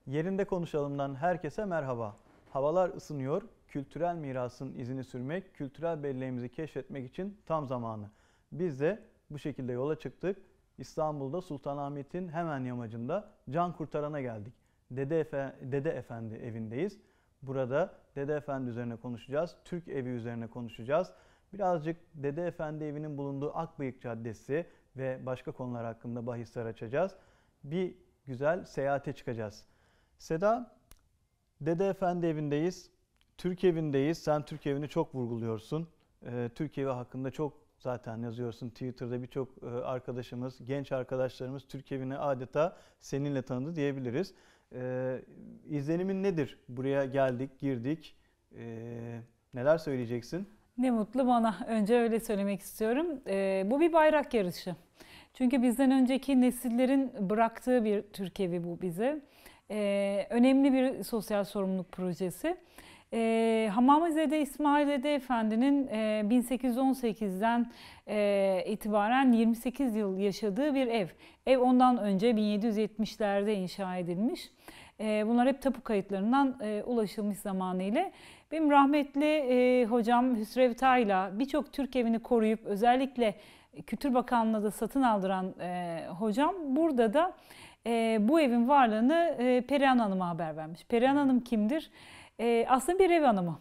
Yerinde Konuşalım'dan herkese merhaba. Havalar ısınıyor, kültürel mirasın izini sürmek, kültürel belleğimizi keşfetmek için tam zamanı. Biz de bu şekilde yola çıktık. İstanbul'da Sultanahmet'in hemen yamacında Can Kurtaran'a geldik. Dede Efendi evindeyiz. Burada Dede Efendi üzerine konuşacağız, Türk evi üzerine konuşacağız. Birazcık Dede Efendi evinin bulunduğu Akbıyık Caddesi ve başka konular hakkında bahisler açacağız. Bir güzel seyahate çıkacağız. Seda, Dede Efendi evindeyiz. Türk evindeyiz. Sen Türk evini çok vurguluyorsun. Türk evi hakkında çok zaten yazıyorsun. Twitter'da birçok arkadaşımız, genç arkadaşlarımız Türk evini adeta seninle tanıdı diyebiliriz. İzlenimin nedir? Buraya geldik, girdik. Neler söyleyeceksin? Ne mutlu bana. Önce öyle söylemek istiyorum. Bu bir bayrak yarışı. Çünkü bizden önceki nesillerin bıraktığı bir Türk evi bu bize. Önemli bir sosyal sorumluluk projesi. Hamamizade İsmail Dede Efendi'nin 1818'den itibaren 28 yıl yaşadığı bir ev. Ev ondan önce 1770'lerde inşa edilmiş. Bunlar hep tapu kayıtlarından ulaşılmış zamanıyla. Benim rahmetli hocam Hüsrev Tayla birçok Türk evini koruyup özellikle Kültür Bakanlığı'na da satın aldıran hocam burada da bu evin varlığını Perihan Hanım'a haber vermiş. Perihan Hanım kimdir? Aslında bir ev hanımı.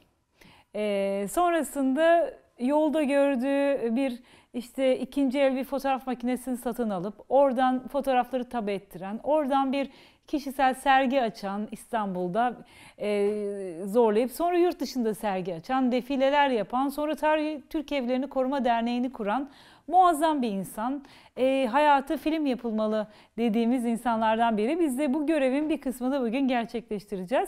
Sonrasında yolda gördüğü bir işte ikinci el bir fotoğraf makinesini satın alıp oradan fotoğrafları tabu ettiren, oradan bir kişisel sergi açan İstanbul'da zorlayıp sonra yurt dışında sergi açan, defileler yapan, sonra Tarihi Türk Evlerini Koruma Derneği'ni kuran muazzam bir insan. Hayatı film yapılmalı dediğimiz insanlardan biri. Biz de bu görevin bir kısmını bugün gerçekleştireceğiz.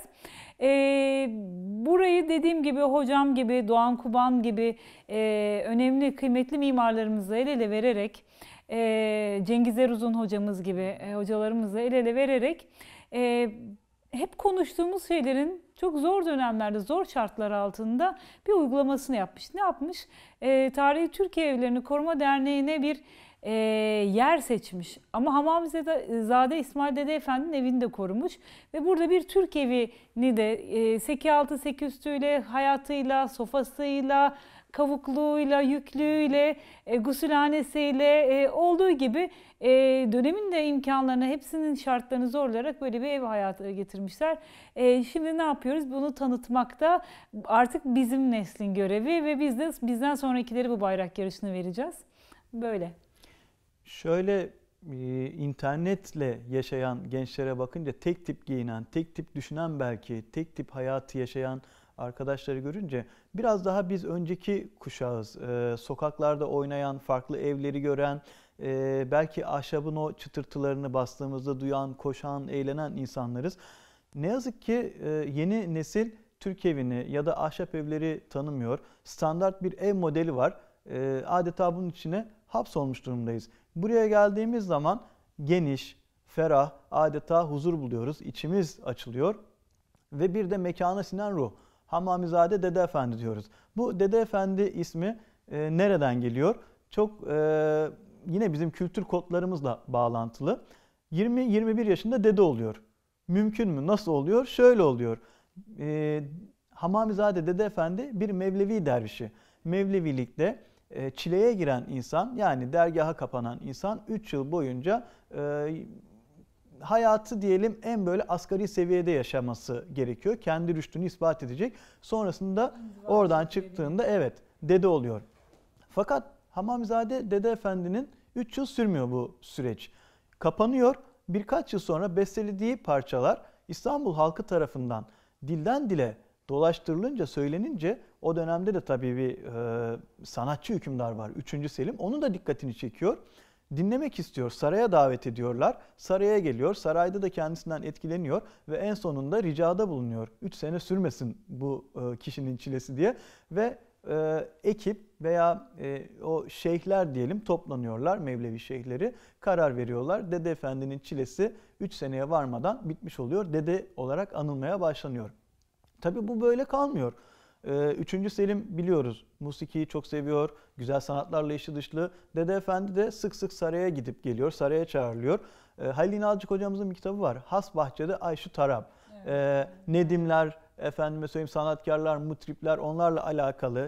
Burayı dediğim gibi hocam gibi, Doğan Kuban gibi önemli kıymetli mimarlarımızla el ele vererek, Cengiz Eruzun hocamız gibi hocalarımızla el ele vererek hep konuştuğumuz şeylerin çok zor dönemlerde, zor şartlar altında bir uygulamasını yapmış. Ne yapmış? Tarihi Türkiye Evlerini Koruma Derneği'ne bir yer seçmiş. Ama Hamamizade İsmail Dede Efendi'nin evini de korumuş. Ve burada bir Türk evini de seki altı seki üstüyle, hayatıyla, sofasıyla, kavukluğuyla, yüklüğüyle, gusülhanesiyle olduğu gibi dönemin de imkanlarını, hepsinin şartlarını zorlayarak böyle bir ev hayatı getirmişler. Şimdi ne yapıyoruz? Bunu tanıtmakta artık bizim neslin görevi ve biz de bizden sonrakileri bu bayrak yarışını vereceğiz. Böyle. Şöyle internetle yaşayan gençlere bakınca tek tip giyinen, tek tip düşünen belki, tek tip hayatı yaşayan arkadaşları görünce biraz daha biz önceki kuşağız. Sokaklarda oynayan, farklı evleri gören, belki ahşabın o çıtırtılarını bastığımızda duyan, koşan, eğlenen insanlarız. Ne yazık ki yeni nesil Türk evini ya da ahşap evleri tanımıyor. Standart bir ev modeli var. Adeta bunun içine hapsolmuş durumdayız. Buraya geldiğimiz zaman geniş, ferah, adeta huzur buluyoruz. İçimiz açılıyor ve bir de mekana sinen ruh. Hamamizade Dede Efendi diyoruz. Bu Dede Efendi ismi nereden geliyor? Çok yine bizim kültür kodlarımızla bağlantılı. 20-21 yaşında dede oluyor. Mümkün mü? Nasıl oluyor? Şöyle oluyor. Hamamizade Dede Efendi bir Mevlevi dervişi. Mevlevilikte çileye giren insan, yani dergaha kapanan insan 3 yıl boyunca hayatı diyelim en böyle asgari seviyede yaşaması gerekiyor. Kendi rüştünü ispat edecek. Sonrasında oradan çıktığında evet dede oluyor. Fakat Hamamizade Dede Efendi'nin 3 yıl sürmüyor bu süreç. Kapanıyor. Birkaç yıl sonra bestelediği parçalar İstanbul halkı tarafından dilden dile dolaştırılınca, söylenince o dönemde de tabii bir sanatçı hükümdar var. 3. Selim. Onun da dikkatini çekiyor. Dinlemek istiyor. Saraya davet ediyorlar. Saraya geliyor. Sarayda da kendisinden etkileniyor ve en sonunda ricada bulunuyor. 3 sene sürmesin bu kişinin çilesi diye ve ekip veya o şeyhler diyelim toplanıyorlar, Mevlevi şeyhleri karar veriyorlar. Dede Efendi'nin çilesi 3 seneye varmadan bitmiş oluyor. Dede olarak anılmaya başlanıyor. Tabii bu böyle kalmıyor. 3. Selim biliyoruz musikiyi çok seviyor, güzel sanatlarla işi dışlı. Dede Efendi de sık sık saraya gidip geliyor, saraya çağrılıyor. Halil İnalcık hocamızın bir kitabı var. Has Bahçede Ayşu Tarab. Nedimler, efendime söyleyeyim sanatkarlar, mutripler, onlarla alakalı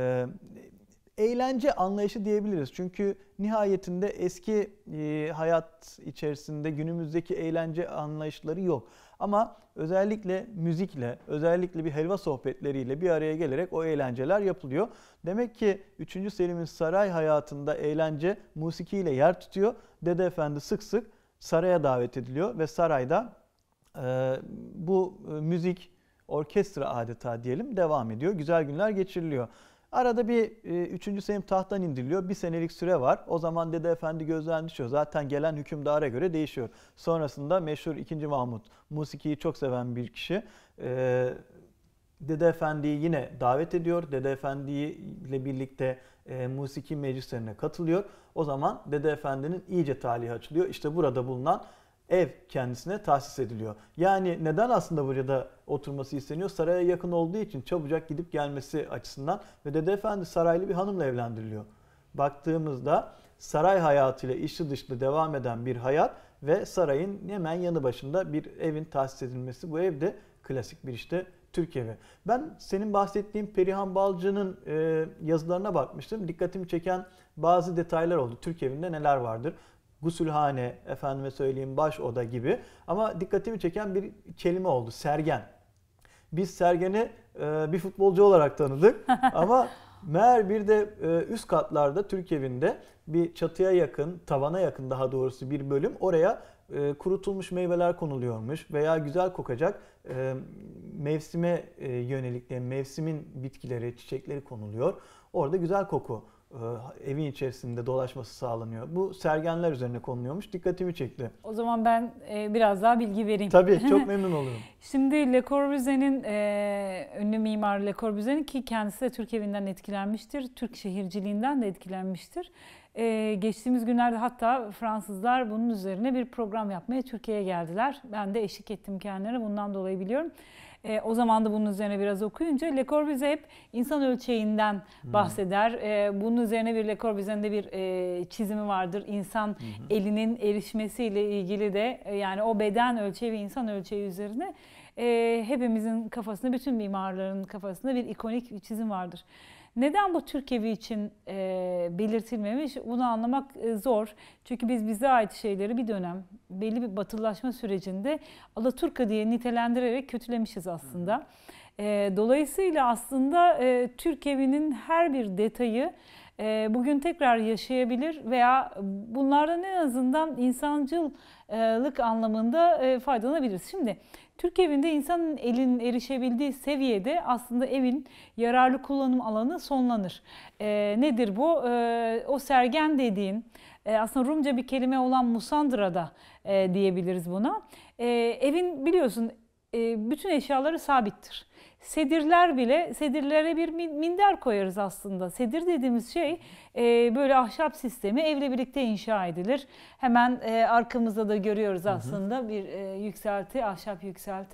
eğlence anlayışı diyebiliriz. Çünkü nihayetinde eski hayat içerisinde günümüzdeki eğlence anlayışları yok. Ama özellikle müzikle, özellikle bir helva sohbetleriyle bir araya gelerek o eğlenceler yapılıyor. Demek ki 3. Selim'in saray hayatında eğlence musikiyle yer tutuyor. Dede Efendi sık sık saraya davet ediliyor ve sarayda bu müzik, orkestra adeta diyelim devam ediyor. Güzel günler geçiriliyor. Arada bir 3. Selim tahttan indiriliyor. Bir senelik süre var. O zaman Dede Efendi gözden düşüyor. Zaten gelen hükümdara göre değişiyor. Sonrasında meşhur 2. Mahmut, musikiyi çok seven bir kişi. Dede Efendi'yi yine davet ediyor. Dede Efendi ile birlikte musiki meclislerine katılıyor. O zaman Dede Efendi'nin iyice talihi açılıyor. İşte burada bulunan ev kendisine tahsis ediliyor. Yani neden aslında burada oturması isteniyor? Saraya yakın olduğu için çabucak gidip gelmesi açısından ve Dede Efendi saraylı bir hanımla evlendiriliyor. Baktığımızda saray hayatıyla içli dışlı devam eden bir hayat ve sarayın hemen yanı başında bir evin tahsis edilmesi. Bu ev de klasik bir işte Türk evi. Ben senin bahsettiğin Perihan Balcı'nın yazılarına bakmıştım. Dikkatimi çeken bazı detaylar oldu. Türk evinde neler vardır? Gusülhane, efendime söyleyeyim baş oda gibi. Ama dikkatimi çeken bir kelime oldu. Sergen. Biz Sergen'i bir futbolcu olarak tanıdık. Ama meğer bir de üst katlarda Türk evinde bir çatıya yakın, tavana yakın daha doğrusu bir bölüm. Oraya kurutulmuş meyveler konuluyormuş veya güzel kokacak mevsime yönelik, mevsimin bitkileri, çiçekleri konuluyor. Orada güzel koku evin içerisinde dolaşması sağlanıyor. Bu sergenler üzerine konuluyormuş. Dikkatimi çekti. O zaman ben biraz daha bilgi vereyim. Tabii, çok memnun olurum. Şimdi Le Corbusier'in, ünlü mimar Le Corbusier'in ki kendisi de Türk evinden etkilenmiştir. Türk şehirciliğinden de etkilenmiştir. Geçtiğimiz günlerde hatta Fransızlar bunun üzerine bir program yapmaya Türkiye'ye geldiler. Ben de eşlik ettim kendilerine. Bundan dolayı biliyorum. O zaman da bunun üzerine biraz okuyunca Le Corbusier hep insan ölçeğinden bahseder. Bunun üzerine bir Le Corbusier'in de bir çizimi vardır. İnsan elinin erişmesiyle ilgili de yani o beden ölçeği ve insan ölçeği üzerine hepimizin kafasında, bütün mimarların kafasında bir ikonik bir çizim vardır. Neden bu Türk evi için belirtilmemiş? Bunu anlamak zor. Çünkü biz bize ait şeyleri bir dönem belli bir batılılaşma sürecinde Alaturka diye nitelendirerek kötülemişiz aslında. Dolayısıyla aslında Türk evinin her bir detayı bugün tekrar yaşayabilir veya bunlardan en azından insancıllık anlamında faydalanabiliriz. Şimdi Türk evinde insanın elinin erişebildiği seviyede aslında evin yararlı kullanım alanı sonlanır. Nedir bu? O sergen dediğin aslında Rumca bir kelime olan musandırada diyebiliriz buna. Evin biliyorsun bütün eşyaları sabittir. Sedirler bile, sedirlere bir minder koyarız aslında. Sedir dediğimiz şey böyle ahşap sistemi evle birlikte inşa edilir. Hemen arkamızda da görüyoruz aslında bir yükselti, ahşap yükselti.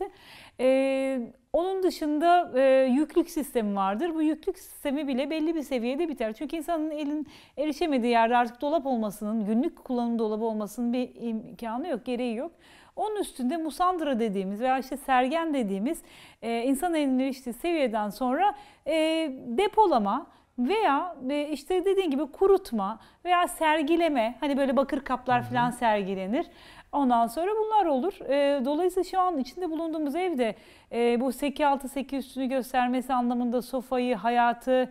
Onun dışında yüklük sistemi vardır. Bu yüklük sistemi bile belli bir seviyede biter. Çünkü insanın elin erişemediği yerde artık dolap olmasının, günlük kullanım dolabı olmasının bir imkanı yok, gereği yok. Onun üstünde musandıra dediğimiz veya işte sergen dediğimiz insan elinin eriştiği seviyeden sonra depolama veya işte dediğin gibi kurutma veya sergileme, hani böyle bakır kaplar falan sergilenir. Ondan sonra bunlar olur. Dolayısıyla şu an içinde bulunduğumuz evde bu seki altı seki üstünü göstermesi anlamında sofayı, hayatı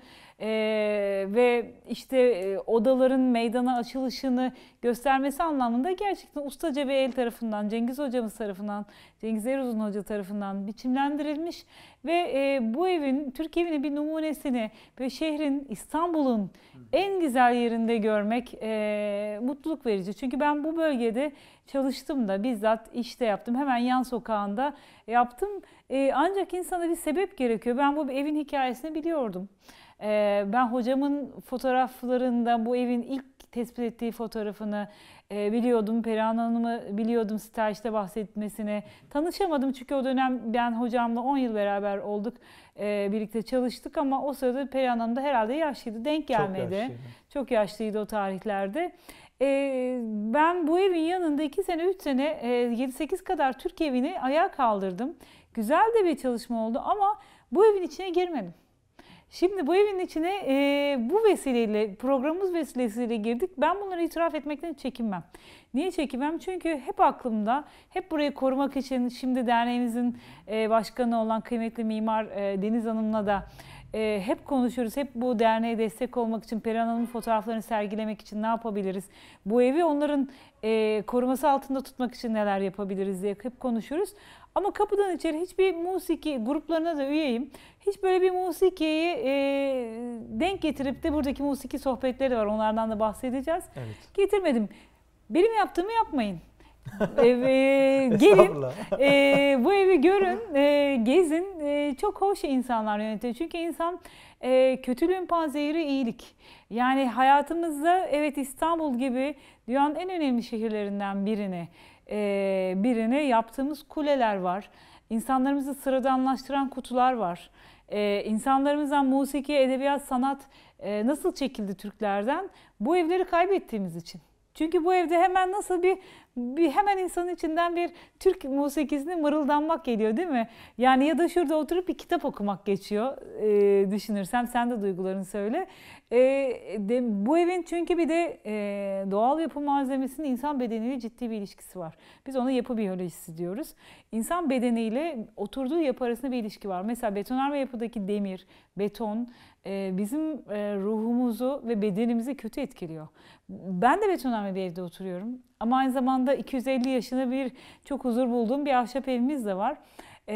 ve işte odaların meydana açılışını göstermesi anlamında gerçekten ustaca bir el tarafından, Cengiz hocamız tarafından, Cengiz Eruzun hoca tarafından biçimlendirilmiş ve bu evin, Türk evinin bir numunesini ve şehrin, İstanbul'un en güzel yerinde görmek mutluluk verici. Çünkü ben bu bölgede çalıştım da, bizzat işte yaptım. Hemen yan sokağında yaptım. Ancak insana bir sebep gerekiyor. Ben bu evin hikayesini biliyordum. Ben hocamın fotoğraflarında bu evin ilk tespit ettiği fotoğrafını biliyordum. Perihan Hanım'ı biliyordum, stajda bahsetmesini. Tanışamadım çünkü o dönem ben hocamla 10 yıl beraber olduk. Birlikte çalıştık ama o sırada Perihan Hanım da herhalde yaşlıydı. Denk gelmedi. Çok yaşlıydı o tarihlerde. Ben bu evin yanında 2 sene, 3 sene, 7-8 kadar Türk evini ayağa kaldırdım. Güzel de bir çalışma oldu ama bu evin içine girmedim. Şimdi bu evin içine bu vesileyle, programımız vesilesiyle girdik. Ben bunları itiraf etmekten hiç çekinmem. Niye çekinmem? Çünkü hep aklımda, hep burayı korumak için şimdi derneğimizin başkanı olan kıymetli mimar Deniz Hanım'la da hep konuşuruz. Hep bu derneğe destek olmak için, Perihan Hanım'ın fotoğraflarını sergilemek için ne yapabiliriz? Bu evi onların koruması altında tutmak için neler yapabiliriz diye hep konuşuruz. Ama kapıdan içeri hiçbir musiki gruplarına da üyeyim. Hiç böyle bir musikiyi denk getirip de buradaki musiki sohbetleri var. Onlardan da bahsedeceğiz. Evet. Getirmedim. Benim yaptığımı yapmayın. Gelin, bu evi görün, gezin. Çok hoş insanlar yönetiyor. Çünkü insan kötülüğün panzehiri iyilik. Yani hayatımızda evet İstanbul gibi dünyanın en önemli şehirlerinden birine yaptığımız kuleler var. İnsanlarımızı sıradanlaştıran kutular var. İnsanlarımızdan musiki, edebiyat, sanat nasıl çekildi Türklerden? Bu evleri kaybettiğimiz için. Çünkü bu evde hemen nasıl hemen insanın içinden bir Türk musikisine mırıldanmak geliyor değil mi? Yani ya da şurada oturup bir kitap okumak geçiyor düşünürsem. Sen de duygularını söyle. Bu evin çünkü bir de doğal yapı malzemesinin insan bedeniyle ciddi bir ilişkisi var. Biz ona yapı biyolojisi diyoruz. İnsan bedeniyle oturduğu yapı arasında bir ilişki var. Mesela betonarme yapıdaki demir, beton bizim ruhumuzu ve bedenimizi kötü etkiliyor. Ben de betonarme bir evde oturuyorum. Ama aynı zamanda 250 yaşında çok huzur bulduğum bir ahşap evimiz de var.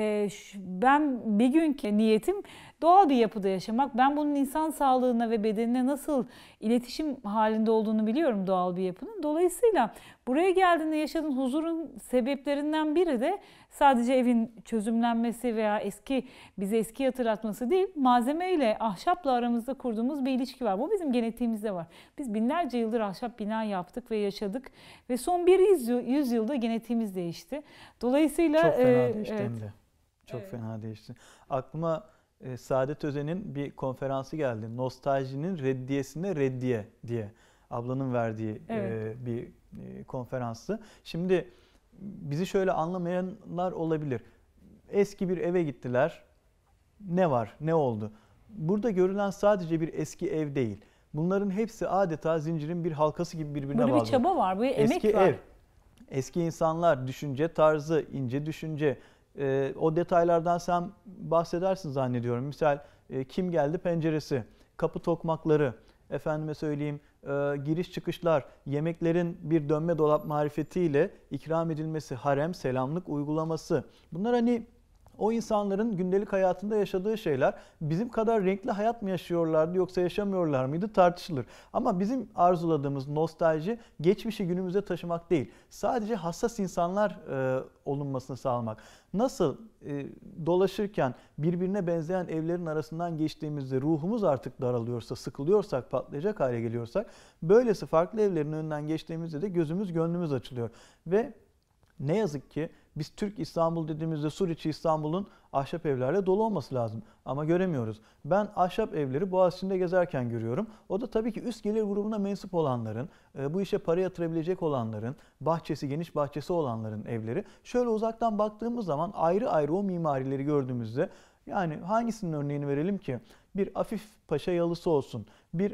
Ben bir günkü niyetim doğal bir yapıda yaşamak. Ben bunun insan sağlığına ve bedenine nasıl iletişim halinde olduğunu biliyorum doğal bir yapının. Dolayısıyla buraya geldiğinde yaşadığın huzurun sebeplerinden biri de sadece evin çözümlenmesi veya bize eski hatırlatması değil, malzemeyle, ahşapla aramızda kurduğumuz bir ilişki var. Bu bizim genetiğimizde var. Biz binlerce yıldır ahşap bina yaptık ve yaşadık ve son bir yüzyılda genetiğimiz değişti. Dolayısıyla çok fena değişti evet. hem de. Çok fena değişti. Aklıma Saadet Özen'in bir konferansı geldi. Nostaljinin reddiyesine reddiye diye ablanın verdiği bir konferansı. Şimdi bizi şöyle anlamayanlar olabilir. Eski bir eve gittiler. Ne var? Ne oldu? Burada görülen sadece bir eski ev değil. Bunların hepsi adeta zincirin bir halkası gibi birbirine bağlı. Burada bir çaba var, bir emek eski var. Ev, eski insanlar, düşünce tarzı, ince düşünce. O detaylardan sen bahsedersin zannediyorum. Misal kim geldi penceresi, kapı tokmakları, efendime söyleyeyim giriş çıkışlar, yemeklerin bir dönme dolap marifetiyle ikram edilmesi, harem, selamlık uygulaması. Bunlar hani o insanların gündelik hayatında yaşadığı şeyler. Bizim kadar renkli hayat mı yaşıyorlardı yoksa yaşamıyorlar mıydı tartışılır. Ama bizim arzuladığımız nostalji geçmişi günümüze taşımak değil. Sadece hassas insanlar olunmasını sağlamak. Nasıl dolaşırken birbirine benzeyen evlerin arasından geçtiğimizde ruhumuz artık daralıyorsa, sıkılıyorsak, patlayacak hale geliyorsak, böylesi farklı evlerin önünden geçtiğimizde de gözümüz, gönlümüz açılıyor. Ve ne yazık ki biz Türk İstanbul dediğimizde Suriçi İstanbul'un ahşap evlerle dolu olması lazım. Ama göremiyoruz. Ben ahşap evleri Boğaziçi'nde gezerken görüyorum. O da tabii ki üst gelir grubuna mensup olanların, bu işe para yatırabilecek olanların, bahçesi, geniş bahçesi olanların evleri. Şöyle uzaktan baktığımız zaman ayrı ayrı o mimarileri gördüğümüzde yani hangisinin örneğini verelim ki? Bir Afif Paşa yalısı olsun, bir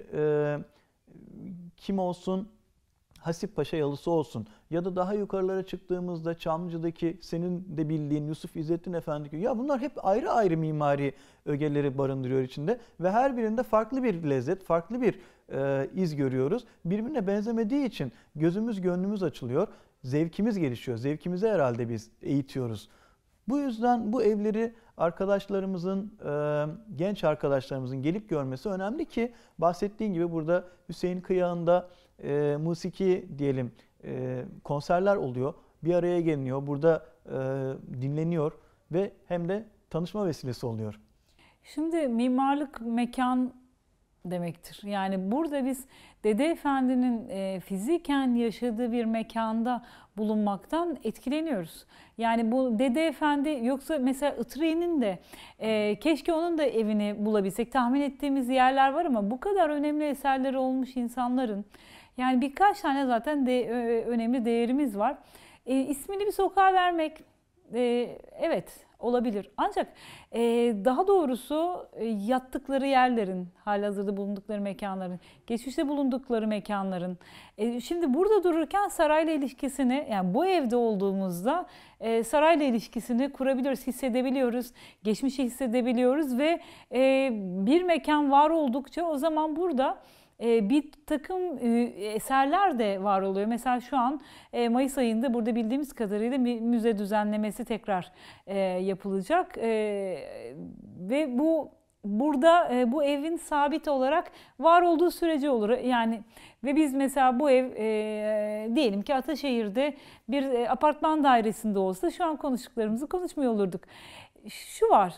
kim olsun? Hasip Paşa yalısı olsun ya da daha yukarılara çıktığımızda Çamlıca'daki senin de bildiğin Yusuf İzzettin Efendi köyü. Ya bunlar hep ayrı ayrı mimari ögeleri barındırıyor içinde ve her birinde farklı bir lezzet, farklı bir iz görüyoruz. Birbirine benzemediği için gözümüz, gönlümüz açılıyor. Zevkimiz gelişiyor. Zevkimizi herhalde biz eğitiyoruz. Bu yüzden bu evleri arkadaşlarımızın, genç arkadaşlarımızın gelip görmesi önemli ki bahsettiğin gibi burada Hüseyin Kıyağı'nda musiki diyelim konserler oluyor. Bir araya geliniyor. Burada dinleniyor ve hem de tanışma vesilesi oluyor. Şimdi mimarlık mekan demektir. Yani burada biz Dede Efendi'nin fiziken yaşadığı bir mekanda bulunmaktan etkileniyoruz. Yani bu Dede Efendi yoksa mesela Itri'nin de keşke onun da evini bulabilsek. Tahmin ettiğimiz yerler var ama bu kadar önemli eserleri olmuş insanların Yani birkaç tane zaten önemli değerimiz var. İsmini bir sokağa vermek, evet olabilir. Ancak daha doğrusu yattıkları yerlerin, halihazırda bulundukları mekanların, geçmişte bulundukları mekanların. Şimdi burada dururken sarayla ilişkisini, yani bu evde olduğumuzda sarayla ilişkisini kurabiliyoruz, hissedebiliyoruz, geçmişi hissedebiliyoruz ve bir mekan var oldukça o zaman burada bir takım eserler de var oluyor. Mesela şu an Mayıs ayında burada bildiğimiz kadarıyla bir müze düzenlemesi tekrar yapılacak. Ve burada bu evin sabit olarak var olduğu sürece olur. Yani ve biz mesela bu ev diyelim ki Ataşehir'de bir apartman dairesinde olsa şu an konuştuklarımızı konuşmuyor olurduk. Şu var,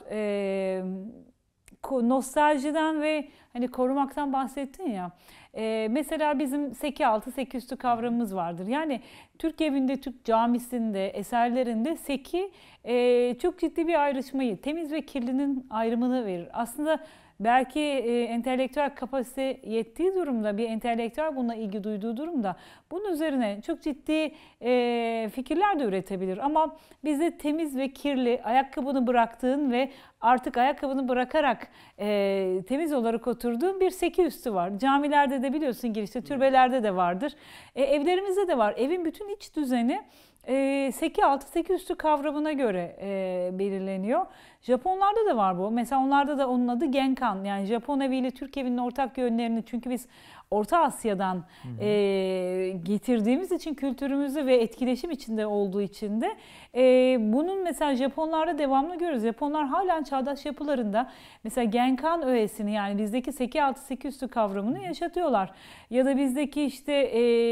nostaljiden ve hani korumaktan bahsettin ya. Mesela bizim seki altı, seki üstü kavramımız vardır. Yani Türk evinde, Türk camisinde, eserlerinde seki çok ciddi bir ayrışmayı, temiz ve kirlinin ayrımını verir. Aslında belki entelektüel kapasite yettiği durumda, bir entelektüel buna ilgi duyduğu durumda bunun üzerine çok ciddi fikirler de üretebilir. Ama bizde temiz ve kirli, ayakkabını bıraktığın ve artık ayakkabını bırakarak temiz olarak oturduğun bir seki üstü var. Camilerde de biliyorsun girişte, türbelerde de vardır. Evlerimizde de var. Evin bütün iç düzeni seki altı, seki üstü kavramına göre belirleniyor. Japonlarda da var bu. Mesela onlarda da onun adı Genkan. Yani Japon eviyle Türk evinin ortak yönlerini, çünkü biz Orta Asya'dan getirdiğimiz için kültürümüzü ve etkileşim içinde olduğu için de bunun mesela Japonlarda devamlı görüyoruz. Japonlar halen çağdaş yapılarında mesela Genkan öğesini, yani bizdeki seki altı, seki üstü kavramını yaşatıyorlar. Ya da bizdeki işte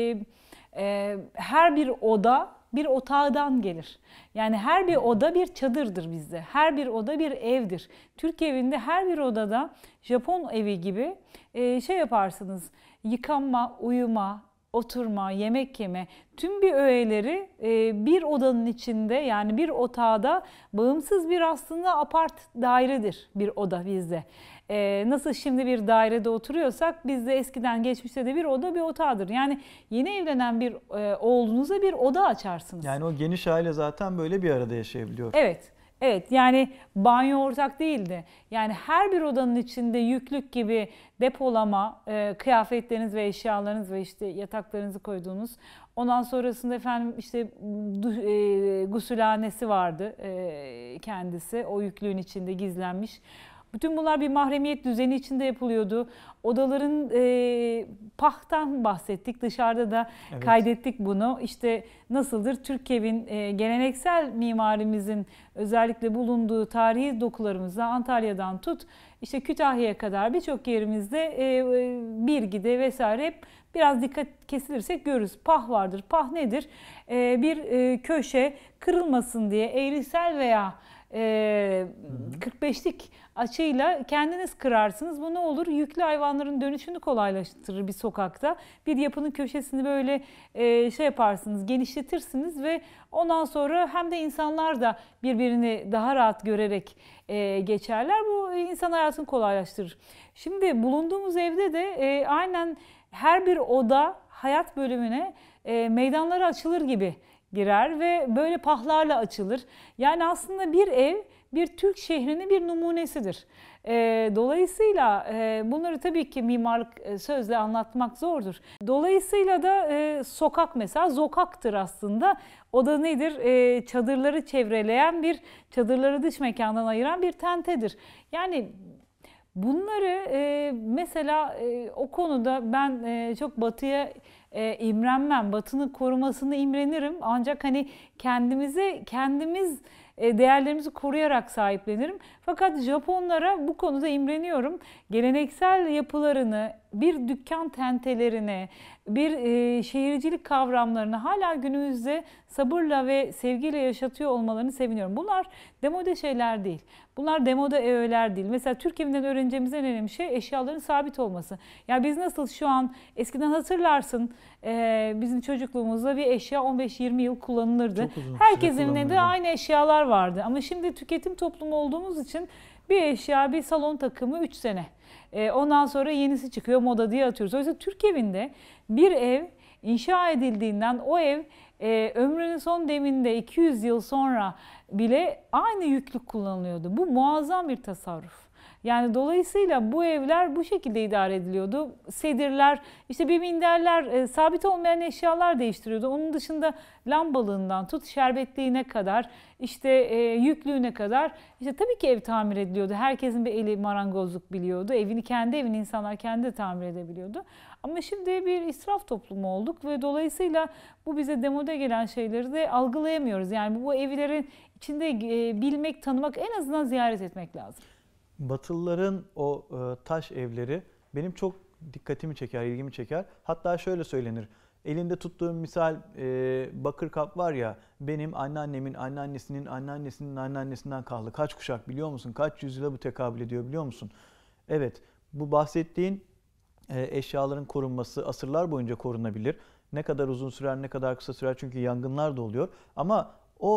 her bir oda bir otağdan gelir. Yani her bir oda bir çadırdır bizde. Her bir oda bir evdir. Türk evinde her bir odada Japon evi gibi şey yaparsınız. Yıkanma, uyuma, oturma, yemek yeme, tüm bir öğeleri bir odanın içinde, yani bir otağda bağımsız bir aslında apart dairedir bir oda bizde. Nasıl şimdi bir dairede oturuyorsak bizde eskiden geçmişte de bir oda bir otağdır. Yani yeni evlenen bir oğlunuza bir oda açarsınız. Yani o geniş aile zaten böyle bir arada yaşayabiliyor. Evet. Evet, yani banyo ortak değildi. Yani her bir odanın içinde yüklük gibi depolama, kıyafetleriniz ve eşyalarınız ve işte yataklarınızı koyduğunuz. Ondan sonrasında efendim işte gusülhanesi vardı kendisi. O yüklüğün içinde gizlenmiş. Bütün bunlar bir mahremiyet düzeni içinde yapılıyordu. Odaların pahtan bahsettik. Dışarıda da kaydettik bunu. İşte nasıldır? Türk evin geleneksel mimarimizin özellikle bulunduğu tarihi dokularımızda Antalya'dan tut işte Kütahya'ya kadar birçok yerimizde Birgi'de vesaire hep biraz dikkat kesilirsek görürüz. Pah vardır. Pah nedir? Bir köşe kırılmasın diye eğrisel veya 45'lik açıyla kendiniz kırarsınız. Bu ne olur? Yüklü hayvanların dönüşünü kolaylaştırır bir sokakta. Bir yapının köşesini böyle şey yaparsınız, genişletirsiniz ve ondan sonra hem de insanlar da birbirini daha rahat görerek geçerler. Bu insan hayatını kolaylaştırır. Şimdi bulunduğumuz evde de aynen her bir oda hayat bölümüne meydanları açılır gibi girer ve böyle pahlarla açılır. Yani aslında bir ev bir Türk şehrinin bir numunesidir. Dolayısıyla bunları tabii ki mimarlık sözle anlatmak zordur. Dolayısıyla da sokak mesela zokaktır aslında. O da nedir? Çadırları çevreleyen bir, çadırları dış mekandan ayıran bir tentedir. Yani bunları mesela o konuda ben çok Batı'ya imrenmem. Batı'nın korumasını imrenirim. Ancak hani kendimiz değerlerimizi koruyarak sahiplenirim. Fakat Japonlara bu konuda imreniyorum. Geleneksel yapılarını, bir dükkan tentelerini, bir şehircilik kavramlarını hala günümüzde sabırla ve sevgiyle yaşatıyor olmalarını seviniyorum. Bunlar demode şeyler değil. Bunlar demode öğeler değil. Mesela Türk evinden öğreneceğimiz en önemli şey eşyaların sabit olması. Yani biz nasıl şu an eskiden hatırlarsın bizim çocukluğumuzda bir eşya 15-20 yıl kullanılırdı. Herkesin evinde aynı eşyalar vardı. Ama şimdi tüketim toplumu olduğumuz için Bir eşya, bir salon takımı 3 sene. Ondan sonra yenisi çıkıyor, moda diye atıyoruz. Oysa Türk evinde bir ev inşa edildiğinden o ev ömrünün son deminde 200 yıl sonra bile aynı yüklük kullanılıyordu. Bu muazzam bir tasarruf. Yani dolayısıyla bu evler bu şekilde idare ediliyordu. Sedirler, işte bir minderler, sabit olmayan eşyalar değiştiriyordu. Onun dışında lambalığından tut şerbetliğine kadar, işte yüklüğüne kadar. İşte tabii ki ev tamir ediliyordu. Herkesin bir eli marangozluk biliyordu. Kendi evini insanlar kendi de tamir edebiliyordu. Ama şimdi bir israf toplumu olduk ve dolayısıyla bu bize demode gelen şeyleri de algılayamıyoruz. Yani bu evlerin içinde bilmek, tanımak, en azından ziyaret etmek lazım. Batılıların o taş evleri benim çok dikkatimi çeker, ilgimi çeker. Hatta şöyle söylenir. Elinde tuttuğum misal bakır kap var ya, benim anneannemin anneannesinin anneannesinin anneannesinden kaldı. Kaç kuşak biliyor musun? Kaç yüzyıla bu tekabül ediyor biliyor musun? Evet, bu bahsettiğin eşyaların korunması asırlar boyunca korunabilir. Ne kadar uzun sürer, ne kadar kısa sürer, çünkü yangınlar da oluyor. Ama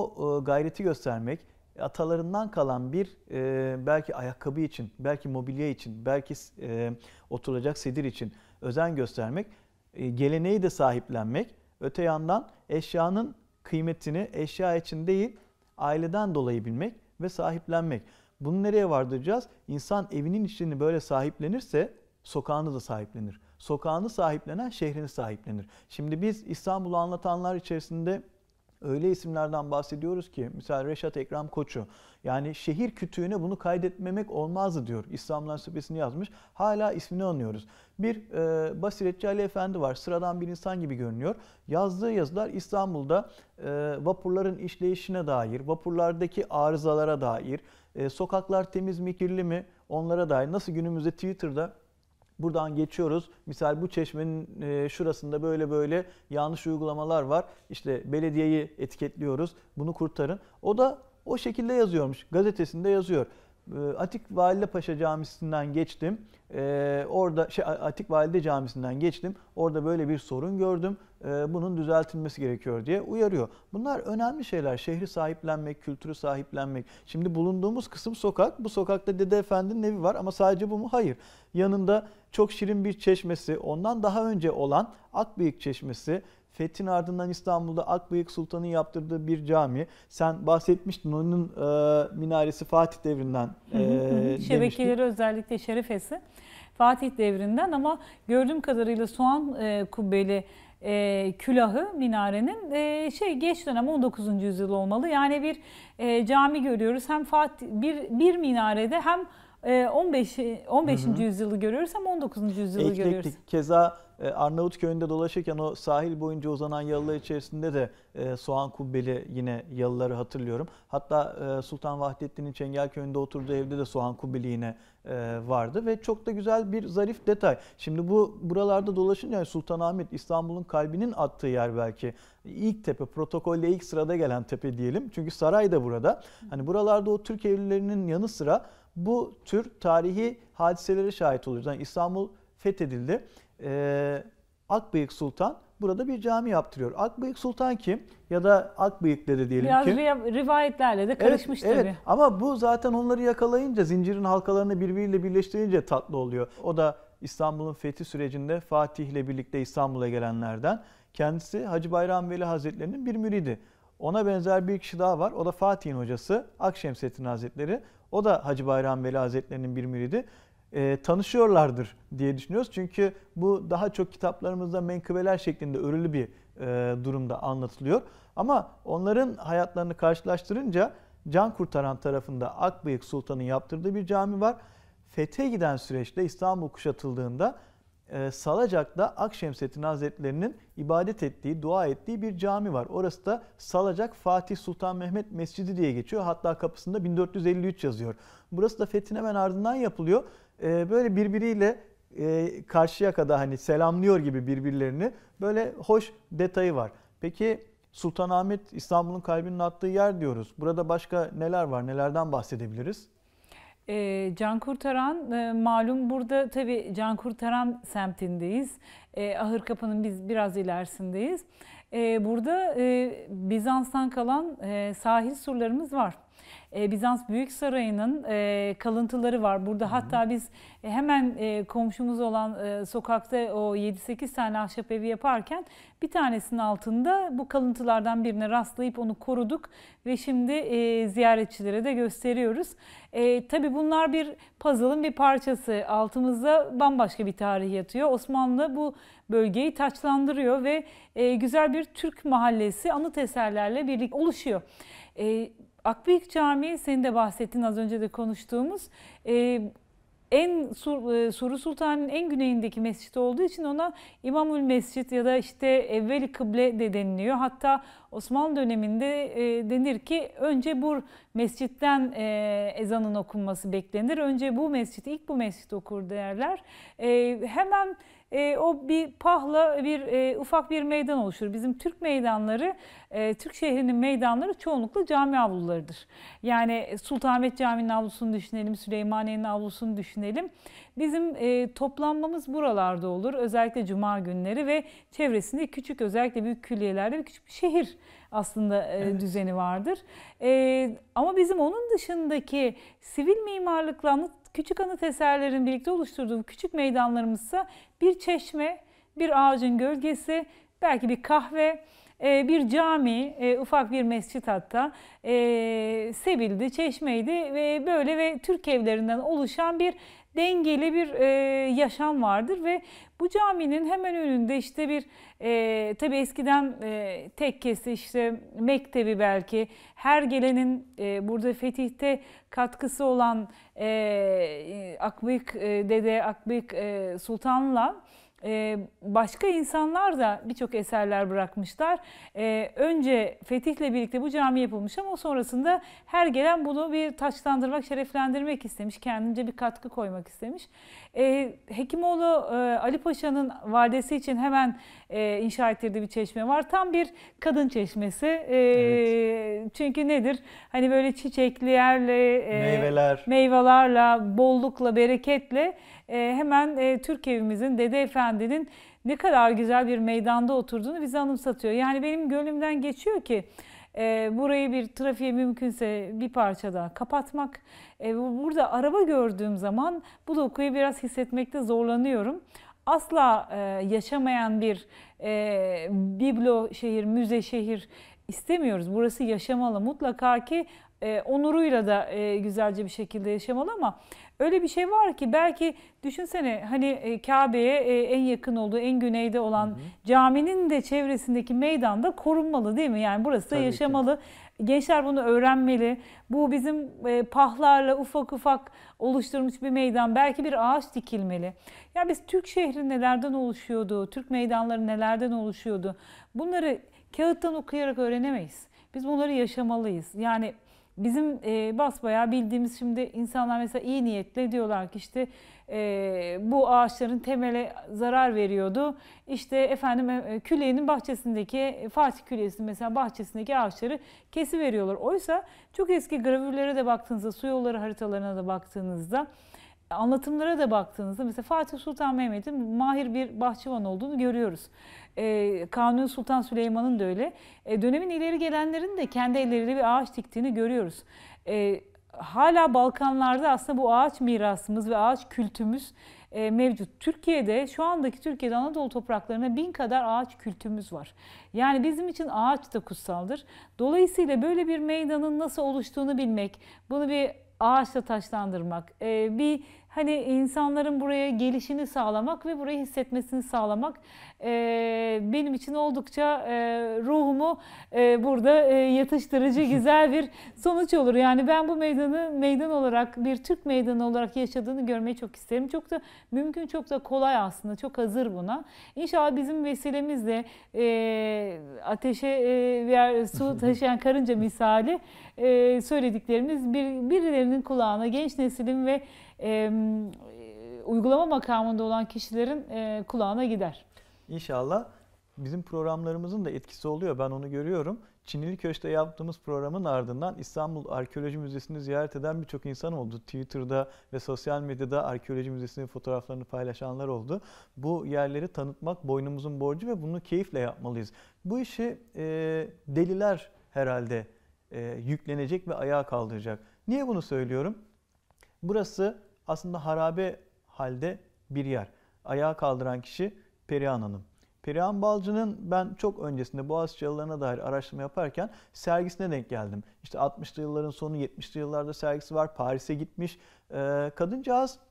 o gayreti göstermek, atalarından kalan bir belki ayakkabı için, belki mobilya için, belki oturacak sedir için özen göstermek, geleneği de sahiplenmek, öte yandan eşyanın kıymetini eşya için değil, aileden dolayı bilmek ve sahiplenmek. Bunu nereye vardıracağız? İnsan evinin içini böyle sahiplenirse sokağını da sahiplenir. Sokağını sahiplenen şehrini sahiplenir. Şimdi biz İstanbul'u anlatanlar içerisinde öyle isimlerden bahsediyoruz ki, mesela Reşat Ekrem Koçu, yani şehir kütüğüne bunu kaydetmemek olmazdı diyor. İstanbul Ansiklopedisini yazmış. Hala ismini anıyoruz. Bir Basiretçi Ali Efendi var. Sıradan bir insan gibi görünüyor. Yazdığı yazılar İstanbul'da vapurların işleyişine dair, vapurlardaki arızalara dair, sokaklar temiz mi kirli mi onlara dair. Nasıl günümüzde Twitter'da buradan geçiyoruz. Misal bu çeşmenin şurasında böyle böyle yanlış uygulamalar var. İşte belediyeyi etiketliyoruz. Bunu kurtarın. O da o şekilde yazıyormuş. Gazetesinde yazıyor. Atik Validepaşa Camisi'nden geçtim. Orada Atik Valide Camisi'nden geçtim. Orada böyle bir sorun gördüm. Bunun düzeltilmesi gerekiyor diye uyarıyor. Bunlar önemli şeyler. Şehri sahiplenmek, kültürü sahiplenmek. Şimdi bulunduğumuz kısım sokak. Bu sokakta Dede Efendi'nin evi var ama sadece bu mu? Hayır. Yanında çok şirin bir çeşmesi, ondan daha önce olan Akbıyık Çeşmesi, Fethin ardından İstanbul'da Akbıyık Sultan'ın yaptırdığı bir cami. Sen bahsetmiştin, onun minaresi Fatih devrinden Şebekeleri özellikle şerefesi Fatih devrinden, ama gördüğüm kadarıyla soğan kubbeli külahı minarenin geç dönem 19. yüzyıl olmalı. Yani bir cami görüyoruz. Hem Fatih bir minarede hem 15. yüzyılı görüyoruz hem 19. yüzyılı görüyoruz. Keza Arnavutköy'ünde dolaşırken o sahil boyunca uzanan yalılar içerisinde de soğan kubbeli yine yalıları hatırlıyorum. Hatta Sultan Vahdettin'in Çengelköy'ünde oturduğu evde de soğan kubbeli yine vardı ve çok da güzel bir zarif detay. Şimdi buralarda dolaşınca Sultanahmet, İstanbul'un kalbinin attığı yer belki. İlk tepe, protokolle ilk sırada gelen tepe diyelim. Çünkü saray da burada. Hani buralarda o Türk evlilerinin yanı sıra bu tür tarihi hadiselere şahit oluyoruz. Yani İstanbul fethedildi. Akbıyık Sultan burada bir cami yaptırıyor. Akbıyık Sultan kim? Ya da Akbıyık Dede diyelim biraz ki. Biraz rivayetlerle de karışmış tabii. Evet. Ama bu zaten onları yakalayınca, zincirin halkalarını birbiriyle birleştirince tatlı oluyor. O da İstanbul'un fethi sürecinde Fatih ile birlikte İstanbul'a gelenlerden. Kendisi Hacı Bayram Veli Hazretleri'nin bir müridi. Ona benzer bir kişi daha var. O da Fatih'in hocası Akşemseddin Hazretleri. O da Hacı Bayram Veli Hazretleri'nin bir müridi. Tanışıyorlardır diye düşünüyoruz. Çünkü bu daha çok kitaplarımızda menkıbeler şeklinde örülü bir durumda anlatılıyor. Ama onların hayatlarını karşılaştırınca can kurtaran tarafında Akbıyık Sultan'ın yaptırdığı bir cami var. Fethe giden süreçte İstanbul kuşatıldığında Salacak'ta Akşemseddin Hazretleri'nin ibadet ettiği, dua ettiği bir cami var. Orası da Salacak Fatih Sultan Mehmet Mescidi diye geçiyor. Hatta kapısında 1453 yazıyor. Burası da fethin hemen ardından yapılıyor. Böyle birbiriyle Karşıyaka'da hani selamlıyor gibi birbirlerini, böyle hoş detayı var. Peki Sultanahmet İstanbul'un kalbinin attığı yer diyoruz. Burada başka neler var? Nelerden bahsedebiliriz? Can kurtaran malum, burada tabii Can kurtaran semtindeyiz. Ahırkapı'nın biz biraz ilerisindeyiz. Burada Bizans'tan kalan sahil surlarımız var. Bizans Büyük Sarayı'nın kalıntıları var. Burada hatta biz hemen komşumuz olan sokakta o 7-8 tane ahşap evi yaparken bir tanesinin altında bu kalıntılardan birine rastlayıp onu koruduk ve şimdi ziyaretçilere de gösteriyoruz. Tabii bunlar bir puzzle'ın bir parçası. Altımızda bambaşka bir tarih yatıyor. Osmanlı bu bölgeyi taçlandırıyor ve güzel bir Türk mahallesi anıt eserlerle birlikte oluşuyor. Akbıyık Camii, senin de bahsettiğin az önce de konuştuğumuz Suru Sultan'ın en güneyindeki mescit olduğu için ona İmamül Mescid ya da işte Evveli Kıble de deniliyor. Hatta Osmanlı döneminde denir ki önce bu mescitten ezanın okunması beklenir. Önce bu mescit, ilk bu mescit okur derler. Hemen o bir pahla ufak bir meydan oluşur. Bizim Türk meydanları, Türk şehrinin meydanları çoğunlukla cami avlularıdır. Yani Sultanahmet Camii'nin avlusunu düşünelim, Süleymaniye'nin avlusunu düşünelim. Bizim toplanmamız buralarda olur. Özellikle cuma günleri ve çevresinde küçük, özellikle büyük külliyelerde bir küçük bir şehir aslında düzeni vardır. Ama bizim onun dışındaki sivil mimarlıkla küçük anıt eserlerin birlikte oluşturduğu küçük meydanlarımızsa bir çeşme, bir ağacın gölgesi, belki bir kahve, bir cami, ufak bir mescit hatta, sebildi, çeşmeydi ve böyle ve Türk evlerinden oluşan bir dengeli bir yaşam vardır ve bu caminin hemen önünde işte bir tabii eskiden tekkesi, işte mektebi, belki her gelenin burada fetihte katkısı olan Akbıyık Dede, Akbıyık Sultan'la başka insanlar da birçok eserler bırakmışlar. Önce fetihle birlikte bu cami yapılmış ama sonrasında her gelen bunu bir taçlandırmak, şereflendirmek istemiş. Kendince bir katkı koymak istemiş. Hekimoğlu Ali Paşa'nın validesi için hemen inşa ettirdiği bir çeşme var. Tam bir kadın çeşmesi. Evet. Çünkü nedir? Hani böyle çiçeklerle, meyvelerle, bollukla, bereketle hemen Türk evimizin, Dede Efendi'nin ne kadar güzel bir meydanda oturduğunu bize anımsatıyor. Yani benim gönlümden geçiyor ki burayı bir trafiğe mümkünse bir parça daha kapatmak. Burada araba gördüğüm zaman bu dokuyu biraz hissetmekte zorlanıyorum. Asla yaşamayan bir biblo şehir, müze şehir istemiyoruz. Burası yaşamalı. Mutlaka ki onuruyla da güzelce bir şekilde yaşamalı ama öyle bir şey var ki belki düşünsene, hani Kabe'ye en yakın olduğu, en güneyde olan caminin de çevresindeki meydanda korunmalı değil mi? Yani burası da tabii yaşamalı. Ki. Gençler bunu öğrenmeli. Bu bizim pahlarla ufak ufak oluşturmuş bir meydan. Belki bir ağaç dikilmeli. Ya biz Türk şehri nelerden oluşuyordu? Türk meydanları nelerden oluşuyordu? Bunları kağıttan okuyarak öğrenemeyiz. Biz bunları yaşamalıyız. Yani bizim basbayağı bildiğimiz, şimdi insanlar mesela iyi niyetle diyorlar ki işte bu ağaçların temele zarar veriyordu. İşte efendim külliyenin bahçesindeki, Fatih Külliyesi'nin mesela bahçesindeki ağaçları kesiveriyorlar. Oysa çok eski gravürlere de baktığınızda, su yolları haritalarına da baktığınızda, anlatımlara da baktığınızda mesela Fatih Sultan Mehmet'in mahir bir bahçıvan olduğunu görüyoruz. Kanuni Sultan Süleyman'ın da öyle. Dönemin ileri gelenlerin de kendi elleriyle bir ağaç diktiğini görüyoruz. Hala Balkanlarda aslında bu ağaç mirasımız ve ağaç kültümüz mevcut. Türkiye'de, şu andaki Türkiye'de Anadolu topraklarına 1000 kadar ağaç kültümüz var. Yani bizim için ağaç da kutsaldır. Dolayısıyla böyle bir meydanın nasıl oluştuğunu bilmek, bunu bir ağaçla taşlandırmak, bir hani insanların buraya gelişini sağlamak ve burayı hissetmesini sağlamak benim için oldukça ruhumu burada yatıştırıcı güzel bir sonuç olur. Yani ben bu meydanı meydan olarak, bir Türk meydanı olarak yaşadığını görmeyi çok isterim. Çok da mümkün, çok da kolay aslında. Çok hazır buna. İnşallah bizim vesilemizle ateşe su taşıyan karınca misali söylediklerimiz birilerinin kulağına, genç neslin ve uygulama makamında olan kişilerin kulağına gider. İnşallah. Bizim programlarımızın da etkisi oluyor. Ben onu görüyorum. Çiniliköşk'te yaptığımız programın ardından İstanbul Arkeoloji Müzesi'ni ziyaret eden birçok insan oldu. Twitter'da ve sosyal medyada Arkeoloji Müzesi'nin fotoğraflarını paylaşanlar oldu. Bu yerleri tanıtmak boynumuzun borcu ve bunu keyifle yapmalıyız. Bu işi deliler herhalde yüklenecek ve ayağa kaldıracak. Niye bunu söylüyorum? Burası aslında harabe halde bir yer. Ayağa kaldıran kişi Perihan Hanım. Perihan Balcı'nın ben çok öncesinde Boğaziçi Yalılarına dair araştırma yaparken sergisine denk geldim. İşte 60'lı yılların sonu 70'li yıllarda sergisi var. Paris'e gitmiş. Kadıncağız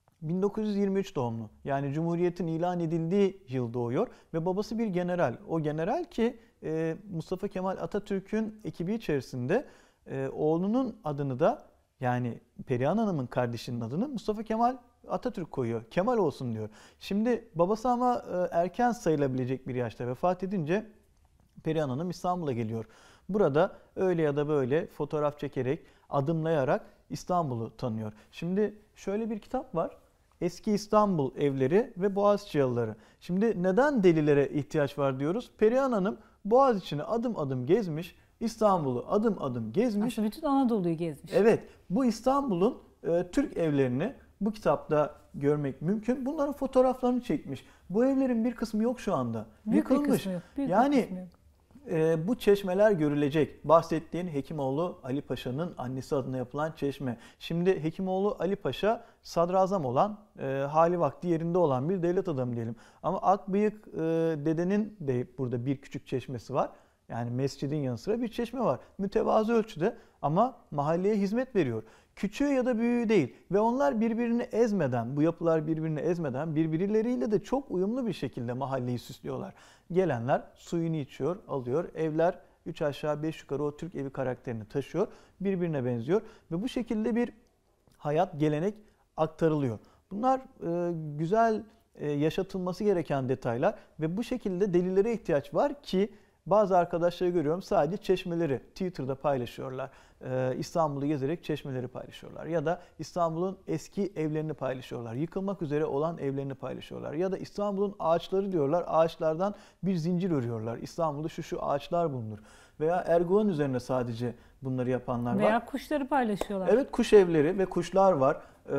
1923 doğumlu. Yani Cumhuriyet'in ilan edildiği yıl doğuyor ve babası bir general. O general ki Mustafa Kemal Atatürk'ün ekibi içerisinde oğlunun adını da yani Perihan Hanım'ın kardeşinin adını Mustafa Kemal Atatürk koyuyor. Kemal olsun diyor. Şimdi babası ama erken sayılabilecek bir yaşta vefat edince Perihan Hanım İstanbul'a geliyor. Burada öyle ya da böyle fotoğraf çekerek, adımlayarak İstanbul'u tanıyor. Şimdi şöyle bir kitap var. Eski İstanbul Evleri ve Boğaziçi Yalıları. Şimdi neden delilere ihtiyaç var diyoruz? Perihan Hanım Boğaziçi'ni adım adım gezmiş, İstanbul'u adım adım gezmiş. Aslında bütün Anadolu'yu gezmiş. Evet, bu İstanbul'un Türk evlerini bu kitapta görmek mümkün. Bunların fotoğraflarını çekmiş. Bu evlerin bir kısmı yok şu anda. Büyük bir Yıkılmış. kısmı yok. Büyük bir Yani kısmı yok. bu çeşmeler görülecek. Bahsettiğin Hekimoğlu Ali Paşa'nın annesi adına yapılan çeşme. Şimdi Hekimoğlu Ali Paşa sadrazam olan, hali vakti yerinde olan bir devlet adamı diyelim. Ama Akbıyık dedenin de burada bir küçük çeşmesi var. Yani mescidin yanı sıra bir çeşme var. Mütevazı ölçüde ama mahalleye hizmet veriyor. Küçüğü ya da büyüğü değil ve onlar birbirini ezmeden, bu yapılar birbirini ezmeden birbirleriyle de çok uyumlu bir şekilde mahalleyi süslüyorlar. Gelenler suyunu içiyor, alıyor. Evler 3 aşağı 5 yukarı o Türk evi karakterini taşıyor. Birbirine benziyor ve bu şekilde bir hayat, gelenek aktarılıyor. Bunlar güzel yaşatılması gereken detaylar ve bu şekilde delillere ihtiyaç var ki bazı arkadaşları görüyorum sadece çeşmeleri Twitter'da paylaşıyorlar. İstanbul'u gezerek çeşmeleri paylaşıyorlar. Ya da İstanbul'un eski evlerini paylaşıyorlar. Yıkılmak üzere olan evlerini paylaşıyorlar. Ya da İstanbul'un ağaçları diyorlar. Ağaçlardan bir zincir örüyorlar. İstanbul'da şu ağaçlar bulunur. Veya Erguvan üzerine sadece bunları yapanlar var. Veya kuşları paylaşıyorlar. Evet, kuş evleri ve kuşlar var.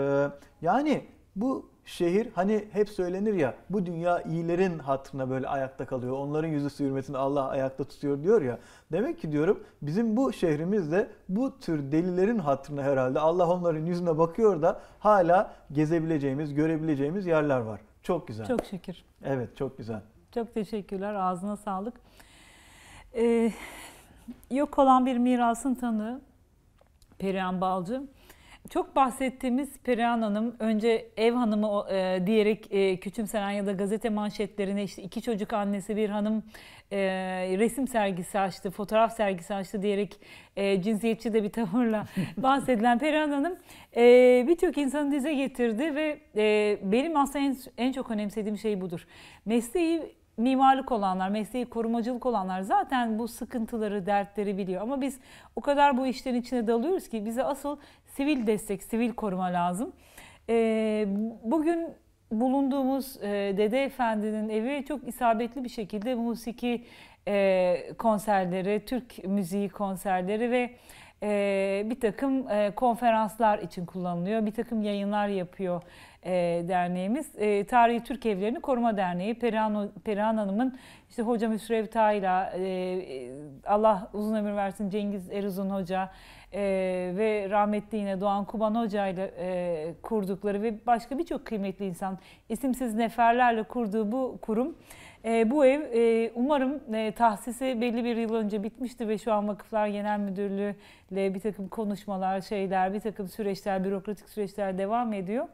Yani bu şehir hani hep söylenir ya, bu dünya iyilerin hatırına böyle ayakta kalıyor. Onların yüzü sürmesini Allah ayakta tutuyor diyor ya. Demek ki diyorum bizim bu şehrimizde bu tür delilerin hatırına herhalde Allah onların yüzüne bakıyor da hala gezebileceğimiz, görebileceğimiz yerler var. Çok güzel. Çok şükür. Evet, çok güzel. Çok teşekkürler. Ağzına sağlık. Yok olan bir mirasın tanığı Perihan Balcı. Çok bahsettiğimiz Perihan Hanım önce ev hanımı diyerek küçümsenen ya da gazete manşetlerine işte 2 çocuk annesi bir hanım resim sergisi açtı, fotoğraf sergisi açtı diyerek cinsiyetçi de bir tavırla bahsedilen Perihan Hanım birçok insanı dize getirdi ve benim aslında en çok önemsediğim şey budur. Mesleği mimarlık olanlar, mesleği korumacılık olanlar zaten bu sıkıntıları, dertleri biliyor. Ama biz o kadar bu işlerin içine dalıyoruz ki bize asıl sivil destek, sivil koruma lazım. Bugün bulunduğumuz Dede Efendi'nin evi çok isabetli bir şekilde musiki konserleri, Türk müziği konserleri ve bir takım konferanslar için kullanılıyor. Bir takım yayınlar yapıyor derneğimiz. Tarihi Türk Evlerini Koruma Derneği Perihan Hanım'ın işte Hocam Hüsrev Tağ'yla Allah uzun ömür versin Cengiz Eruzun Hoca ve rahmetli yine Doğan Kuban Hoca ile kurdukları ve başka birçok kıymetli insan isimsiz neferlerle kurduğu bu kurum. Bu ev umarım tahsisi belli bir yıl önce bitmişti ve şu an Vakıflar Genel Müdürlüğü ile bir takım konuşmalar, bir takım süreçler, bürokratik süreçler devam ediyor.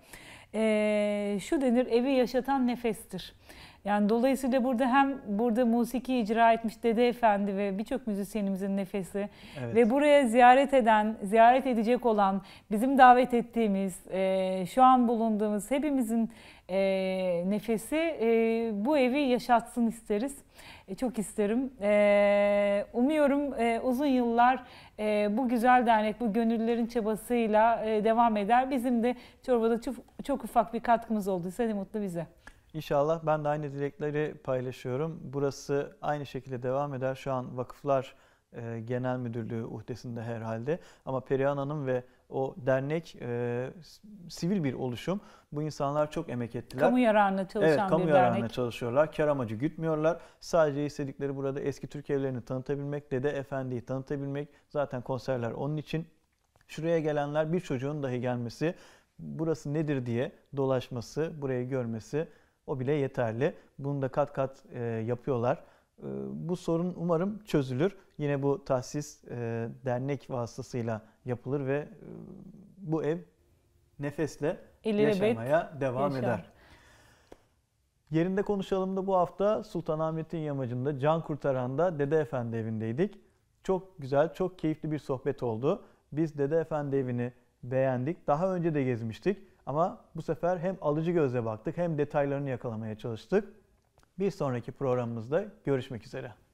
Şu denir, evi yaşatan nefestir. Yani dolayısıyla burada musiki icra etmiş Dede Efendi ve birçok müzisyenimizin nefesi ve buraya ziyaret edecek olan, bizim davet ettiğimiz, şu an bulunduğumuz hepimizin nefesi bu evi yaşatsın isteriz. Çok isterim. Umuyorum uzun yıllar bu güzel dernek, bu gönüllülerin çabasıyla devam eder. Bizim de Çorba'da çok ufak bir katkımız olduysa ne mutlu bize. İnşallah ben de aynı dilekleri paylaşıyorum. Burası aynı şekilde devam eder. Şu an Vakıflar Genel Müdürlüğü uhdesinde herhalde. Ama Perihan Hanım ve O dernek sivil bir oluşum. Bu insanlar çok emek ettiler. Kamu yararına çalışan Evet, kamu bir yararına dernek. çalışıyorlar. Kar amacı gütmüyorlar. Sadece istedikleri burada eski Türk evlerini tanıtabilmek, Dede Efendi'yi tanıtabilmek. Zaten konserler onun için. Şuraya gelenler bir çocuğun dahi gelmesi, burası nedir diye dolaşması, burayı görmesi o bile yeterli. Bunu da kat kat yapıyorlar. Bu sorun umarım çözülür. Yine bu tahsis dernek vasıtasıyla yapılır ve bu ev nefesle İlelebet yaşamaya devam yaşar. eder. Yerinde Konuşalım'da bu hafta Sultanahmet'in yamacında Can Kurtaran'da Dede Efendi evindeydik. Çok güzel, çok keyifli bir sohbet oldu. Biz Dede Efendi evini beğendik. Daha önce de gezmiştik ama bu sefer hem alıcı gözle baktık hem detaylarını yakalamaya çalıştık. Bir sonraki programımızda görüşmek üzere.